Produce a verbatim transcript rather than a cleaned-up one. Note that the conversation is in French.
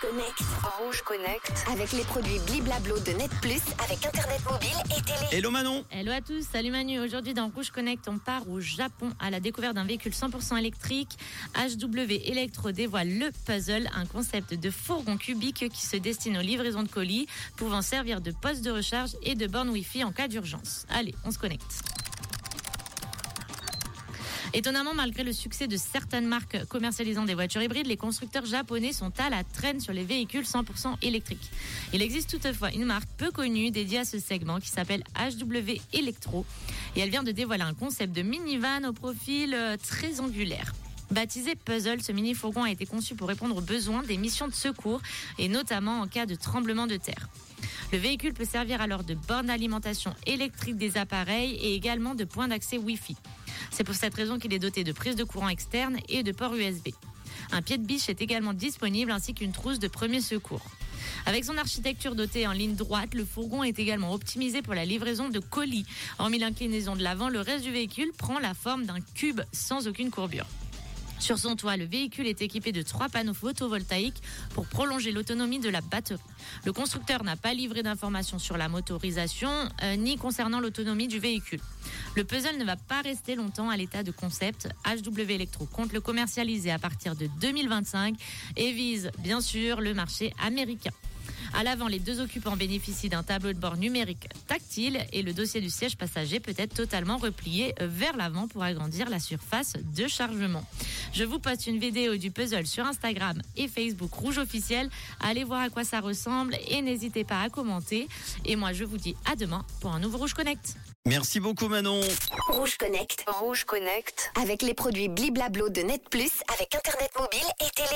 Connect. Rouge Connect. Avec les produits Bliblablo de Net Plus, avec Internet mobile et télé. Hello Manon. Hello à tous, salut Manu. Aujourd'hui dans Rouge Connect, on part au Japon à la découverte d'un véhicule cent pour cent électrique. H W Electro dévoile le Puzzle, un concept de fourgon cubique qui se destine aux livraisons de colis, pouvant servir de poste de recharge et de borne Wi-Fi en cas d'urgence. Allez, on se connecte. Étonnamment, malgré le succès de certaines marques commercialisant des voitures hybrides, les constructeurs japonais sont à la traîne sur les véhicules cent pour cent électriques. Il existe toutefois une marque peu connue dédiée à ce segment qui s'appelle H W Electro et elle vient de dévoiler un concept de minivan au profil très angulaire. Baptisé Puzzle, ce mini-fourgon a été conçu pour répondre aux besoins des missions de secours et notamment en cas de tremblement de terre. Le véhicule peut servir alors de borne d'alimentation électrique des appareils et également de point d'accès Wi-Fi. C'est pour cette raison qu'il est doté de prises de courant externe et de ports U S B. Un pied de biche est également disponible ainsi qu'une trousse de premier secours. Avec son architecture dotée en ligne droite, le fourgon est également optimisé pour la livraison de colis. Hormis l'inclinaison de l'avant, le reste du véhicule prend la forme d'un cube sans aucune courbure. Sur son toit, le véhicule est équipé de trois panneaux photovoltaïques pour prolonger l'autonomie de la batterie. Le constructeur n'a pas livré d'informations sur la motorisation euh, ni concernant l'autonomie du véhicule. Le puzzle ne va pas rester longtemps à l'état de concept. H W Electro compte le commercialiser à partir de deux mille vingt-cinq et vise bien sûr le marché américain. À l'avant, les deux occupants bénéficient d'un tableau de bord numérique tactile et le dossier du siège passager peut être totalement replié vers l'avant pour agrandir la surface de chargement. Je vous poste une vidéo du puzzle sur Instagram et Facebook Rouge Officiel. Allez voir à quoi ça ressemble et n'hésitez pas à commenter. Et moi, je vous dis à demain pour un nouveau Rouge Connect. Merci beaucoup Manon. Rouge Connect. Rouge Connect. Avec les produits Bliblablo de Net Plus, avec Internet mobile et télé.